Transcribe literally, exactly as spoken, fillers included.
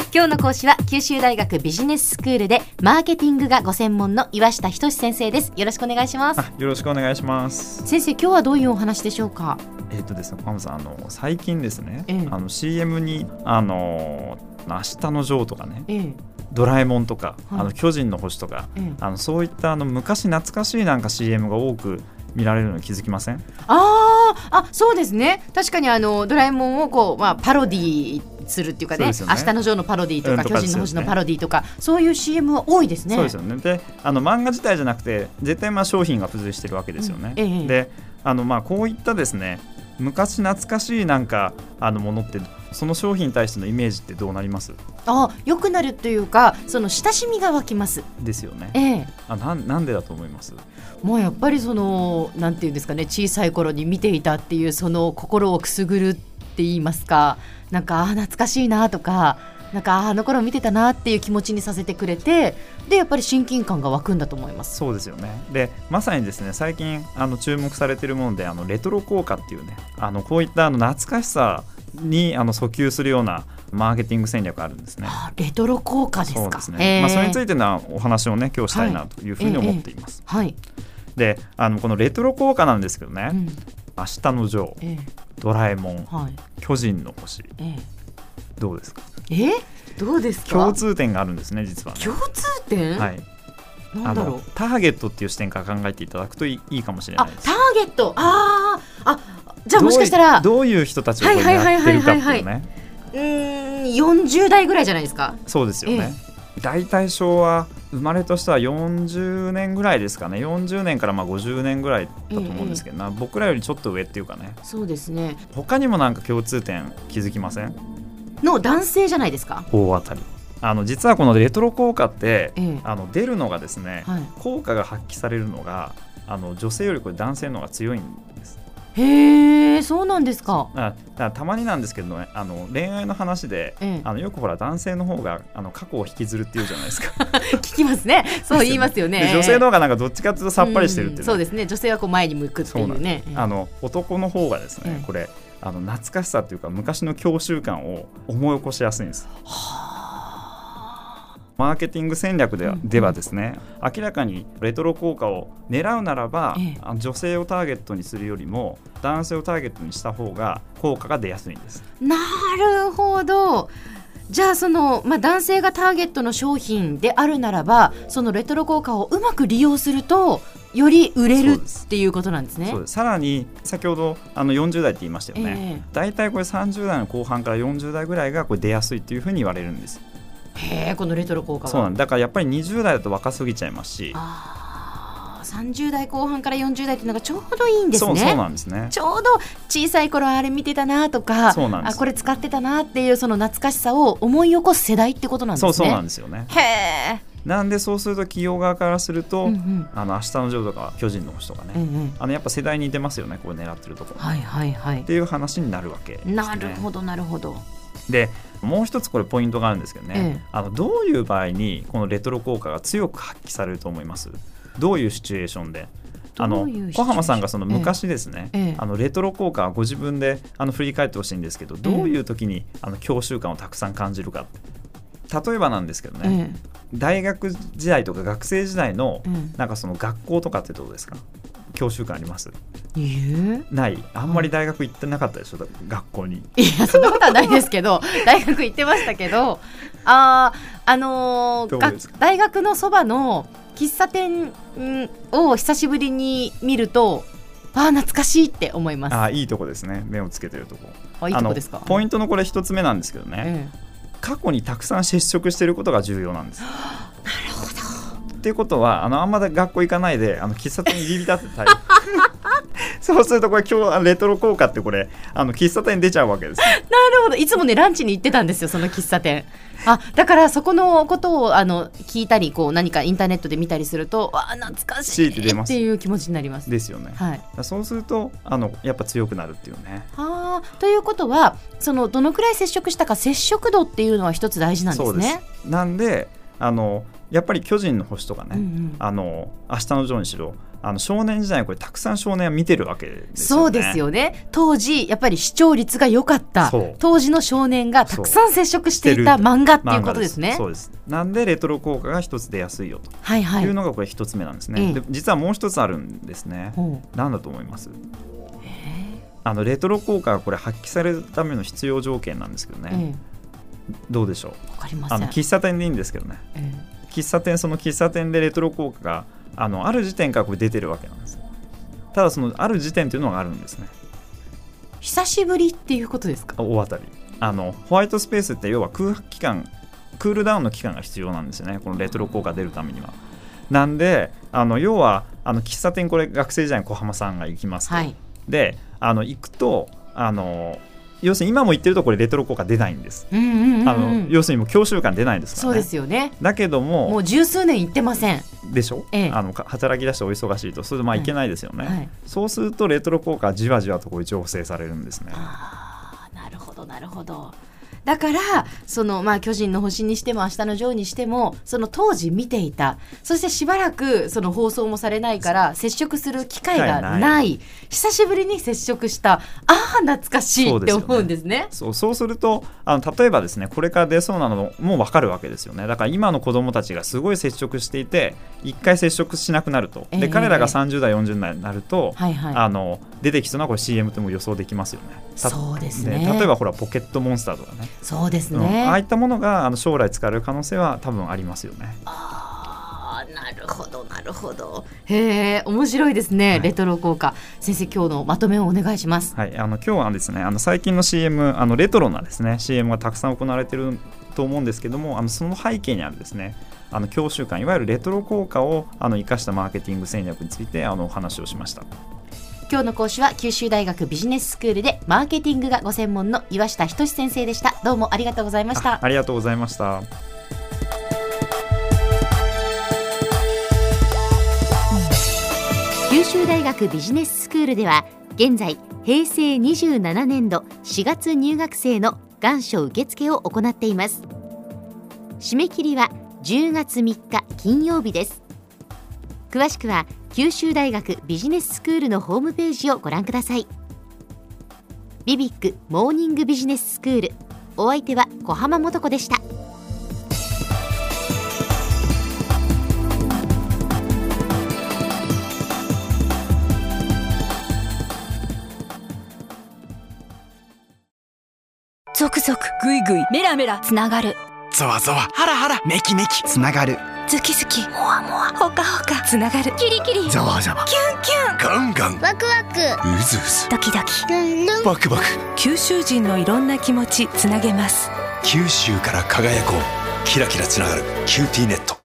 今日の講師は九州大学ビジネススクールでマーケティングがご専門の岩下仁先生です。よろしくお願いします。 よろしくお願いします。 先生、今日はどういうお話でしょうか？ えっとですね、小浜さん、あの最近ですね、 ええ、 あの シーエム にあの明日のジョーとかね、 ええ、 ドラえもんとか、 はい、 あの巨人の星とか、 ええ、 あのそういったあの昔懐かしいなんか シーエム が多く見られるのに気づきません？ ああ、そうですね。確かにあのドラえもんをこう、まあ、パロディするっていうか ね, うね明日のジョーのパロディとか、うん、巨人の星のパロディとか、そういう シーエム は多いですね。 そうですよね。で、あの漫画自体じゃなくて絶対まあ商品が付随してるわけですよね、うん、ええ、で、あのまあこういったですね昔懐かしいなんかあのものって、その商品に対してのイメージってどうなります？ あ、良くなるというか、その親しみが湧きますですよね、 ええ、 あ な, なんでだと思います？ もうやっぱりそのなんていうんですかね、小さい頃に見ていたっていうその心をくすぐるって言いますか、なんかあ懐かしいなとか、なんかあの頃見てたなっていう気持ちにさせてくれて、でやっぱり親近感が湧くんだと思います。 そうですよね。でまさにですね、最近あの注目されているもので、あのレトロ効果っていうね、あのこういったあの懐かしさにあの訴求するようなマーケティング戦略があるんですね。 あ、レトロ効果ですか？ そうですね、まあ、それについてのお話をね今日したいなというふうに思っています、 はい、えーえーで、あのこのレトロ効果なんですけどね、うん、明日のジョー、えー、ドラえもん、はい、巨人の星、えー、どうですか？ えー、どうですか？ 共通点があるんですね、実はね。 共通点？ はい、 なんだろう。 あのターゲットっていう視点から考えていただくとい い, いいかもしれないです。 あ、ターゲット、ああ、じゃあもしかしたらどういう、どういう人たちをこれやってるかっていうね、 うーん、よんじゅう代ぐらいじゃないですか？ そうですよね、えー、大体昭和生まれとしてはよんじゅうねんぐらいですかね。よんじゅうねんからまあごじゅうねんぐらいだと思うんですけど、えー、僕らよりちょっと上っていうかね。 そうですね。 他にもなんか共通点気づきません？ の男性じゃないですか？ 大当たり。あの実はこのレトロ効果って、 えー、 あの出るのがですね、はい、効果が発揮されるのがあの女性よりこれ男性の方が強いんです。 へえ、そうなんですか。 だからたまになんですけどね、あの恋愛の話で、ええ、あのよくほら男性の方があの過去を引きずるっていうじゃないですか聞きますね。そう言いますよね。 で女性の方がなんかどっちかというとさっぱりしてるっていう、ね、 うん、そうですね。女性はこう前に向くっていうね。 あの男の方がですね、ええ、これあの懐かしさというか昔の郷愁感を思い起こしやすいんです。はあ。マーケティング戦略で は,、うん、ではですね、明らかにレトロ効果を狙うならば、ええ、女性をターゲットにするよりも男性をターゲットにした方が効果が出やすいんです。 なるほど。じゃあその、まあ、男性がターゲットの商品であるならば、そのレトロ効果をうまく利用するとより売れるっていうことなんですね。 そうです。さらに先ほどあのよんじゅう代って言いましたよね、えー、だいたいこれさんじゅう代の後半からよんじゅう代ぐらいがこれ出やすいっていうふうに言われるんです。 へー、このレトロ効果は。 そうなんだ。からやっぱりにじゅう代だと若すぎちゃいますし、 あ、さんじゅう代後半からよんじゅう代っていうのがちょうどいいんですね。 そう、そうなんですね。 ちょうど小さい頃あれ見てたなとか、 そうなんです。 あこれ使ってたなっていうその懐かしさを思い起こす世代ってことなんですね。 そうそうなんですよね。 へー。 なんでそうすると企業側からすると、うんうん、あの明日のジョーとか巨人の星とかね、うんうん、あのやっぱ世代に出ますよね、こう狙ってるところ、 はいはいはい、 っていう話になるわけですね。 なるほどなるほど。 でもう一つこれポイントがあるんですけどね、ええ、あのどういう場合にこのレトロ効果が強く発揮されると思います？どういうシチュエーションで？あの小浜さんがその昔ですね、ええええ、あのレトロ効果はご自分であの振り返ってほしいんですけど、どういう時にあの郷愁感をたくさん感じるか。例えばなんですけどね、ええ、大学時代とか学生時代の、うん、なんかその学校とかってどうですか？郷愁感あります？ えー、 ない。あんまり大学行ってなかったでしょ、学校に。 いやそんなことはないですけど大学行ってましたけど、あ、あのー、大学のそばの喫茶店を久しぶりに見ると、あ、懐かしいって思います。 あ、いいとこですね。目をつけてるとこ。 あ、いいとこですか？ ポイントのこれ一つ目なんですけどね、ええ、過去にたくさん接触していることが重要なんです。なるほど。 っていうことは、あのあんまり学校行かないであの喫茶店に入り浸ってたりそうするとこれ今日レトロ効果ってこれあの喫茶店に出ちゃうわけです。 なるほど。いつもねランチに行ってたんですよ、その喫茶店。あ、だからそこのことをあの聞いたり、こう何かインターネットで見たりすると、あ、懐かしいっていう気持ちになります。 ですよね、はい、そうするとあのやっぱ強くなるっていうね。 はあ、ということはそのどのくらい接触したか、接触度っていうのは一つ大事なんですね。 そうです。なんであのやっぱり巨人の星とかね、うんうん、あの明日のジョーにしろあの少年時代にこれたくさん少年は見てるわけですよね。 そうですよね。当時やっぱり視聴率が良かった当時の少年がたくさん接触していた漫画っていうことですね。 そうです。なんでレトロ効果が一つ出やすいよというのがこれ一つ目なんですね、はいはい、で実はもう一つあるんですね。何だと思います？あのレトロ効果がこれ発揮されるための必要条件なんですけどね、ええ、どうでしょう？ わかりません。 あの喫茶店でいいんですけどね、ええ、喫茶店その喫茶店でレトロ効果があのある時点からこれ出てるわけなんです。ただそのある時点というのがあるんですね。 久しぶりっていうことですか？ 大当たり。あのホワイトスペースって要は空白期間クールダウンの期間が必要なんですよね、このレトロ効果出るためには。なんであの要はあの喫茶店これ学生時代に小浜さんが行きますと、はい、であの行くとあの要するに今も言ってるとこれレトロ効果出ないんです、うんうんうん、あの要するにもう教習感出ないですからね。 そうですよね。 だけどももう十数年行ってませんでしょ、ええ、あの働き出してお忙しいとそれでまあいけないですよね、はいはい、そうするとレトロ効果はじわじわとこう醸成されるんですね。 あ、なるほどなるほど。だからその、まあ、巨人の星にしても明日のジョーにしてもその当時見ていた、そしてしばらくその放送もされないから接触する機会がない、ない久しぶりに接触した、ああ懐かしいって思うんですね。 そう、そうするとあの例えばですねこれから出そうなのも分かるわけですよね。だから今の子どもたちがすごい接触していていっかい接触しなくなると、で、えー、彼らがさんじゅう代よんじゅう代になると、はいはい、あの出てきそうなこれ シーエム っても予想できますよね。 そうですね。 例えばほらポケットモンスターとかね。 そうですね、 うん、ああいったものがあの将来使われる可能性は多分ありますよね。 あー、なるほどなるほど。へえ、面白いですね、はい、レトロ効果。先生今日のまとめをお願いします。 はい、あの今日はですねあの最近の シーエム あのレトロなですね シーエム がたくさん行われていると思うんですけども、あのその背景にあるですねあの教習感いわゆるレトロ効果をあの生かしたマーケティング戦略についてあのお話をしました。 今日の講師は九州大学ビジネススクールでマーケティングがご専門の岩下仁先生でした。どうもありがとうございました。 あ, ありがとうございました。 九州大学ビジネススクールでは現在へいせいにじゅうななねんどしがつ入学生の願書受付を行っています。締め切りはじゅうがつみっか金曜日です。詳しくは九州大学ビジネススクールのホームページをご覧ください。ビビックモーニングビジネススクール、お相手は小浜もとこでした。 ゾクゾクグイグイメラメラつながる、 ゾワゾワハラハラメキメキつながる、 ズキズキモワモワホカホカつながる、キリキリザワザワキュンキュンガンガンワクワクうずうずドキドキルンルンバクバク、 九州人のいろんな気持ちつなげます。 九州から輝こう、キラキラつながるキューティーネット。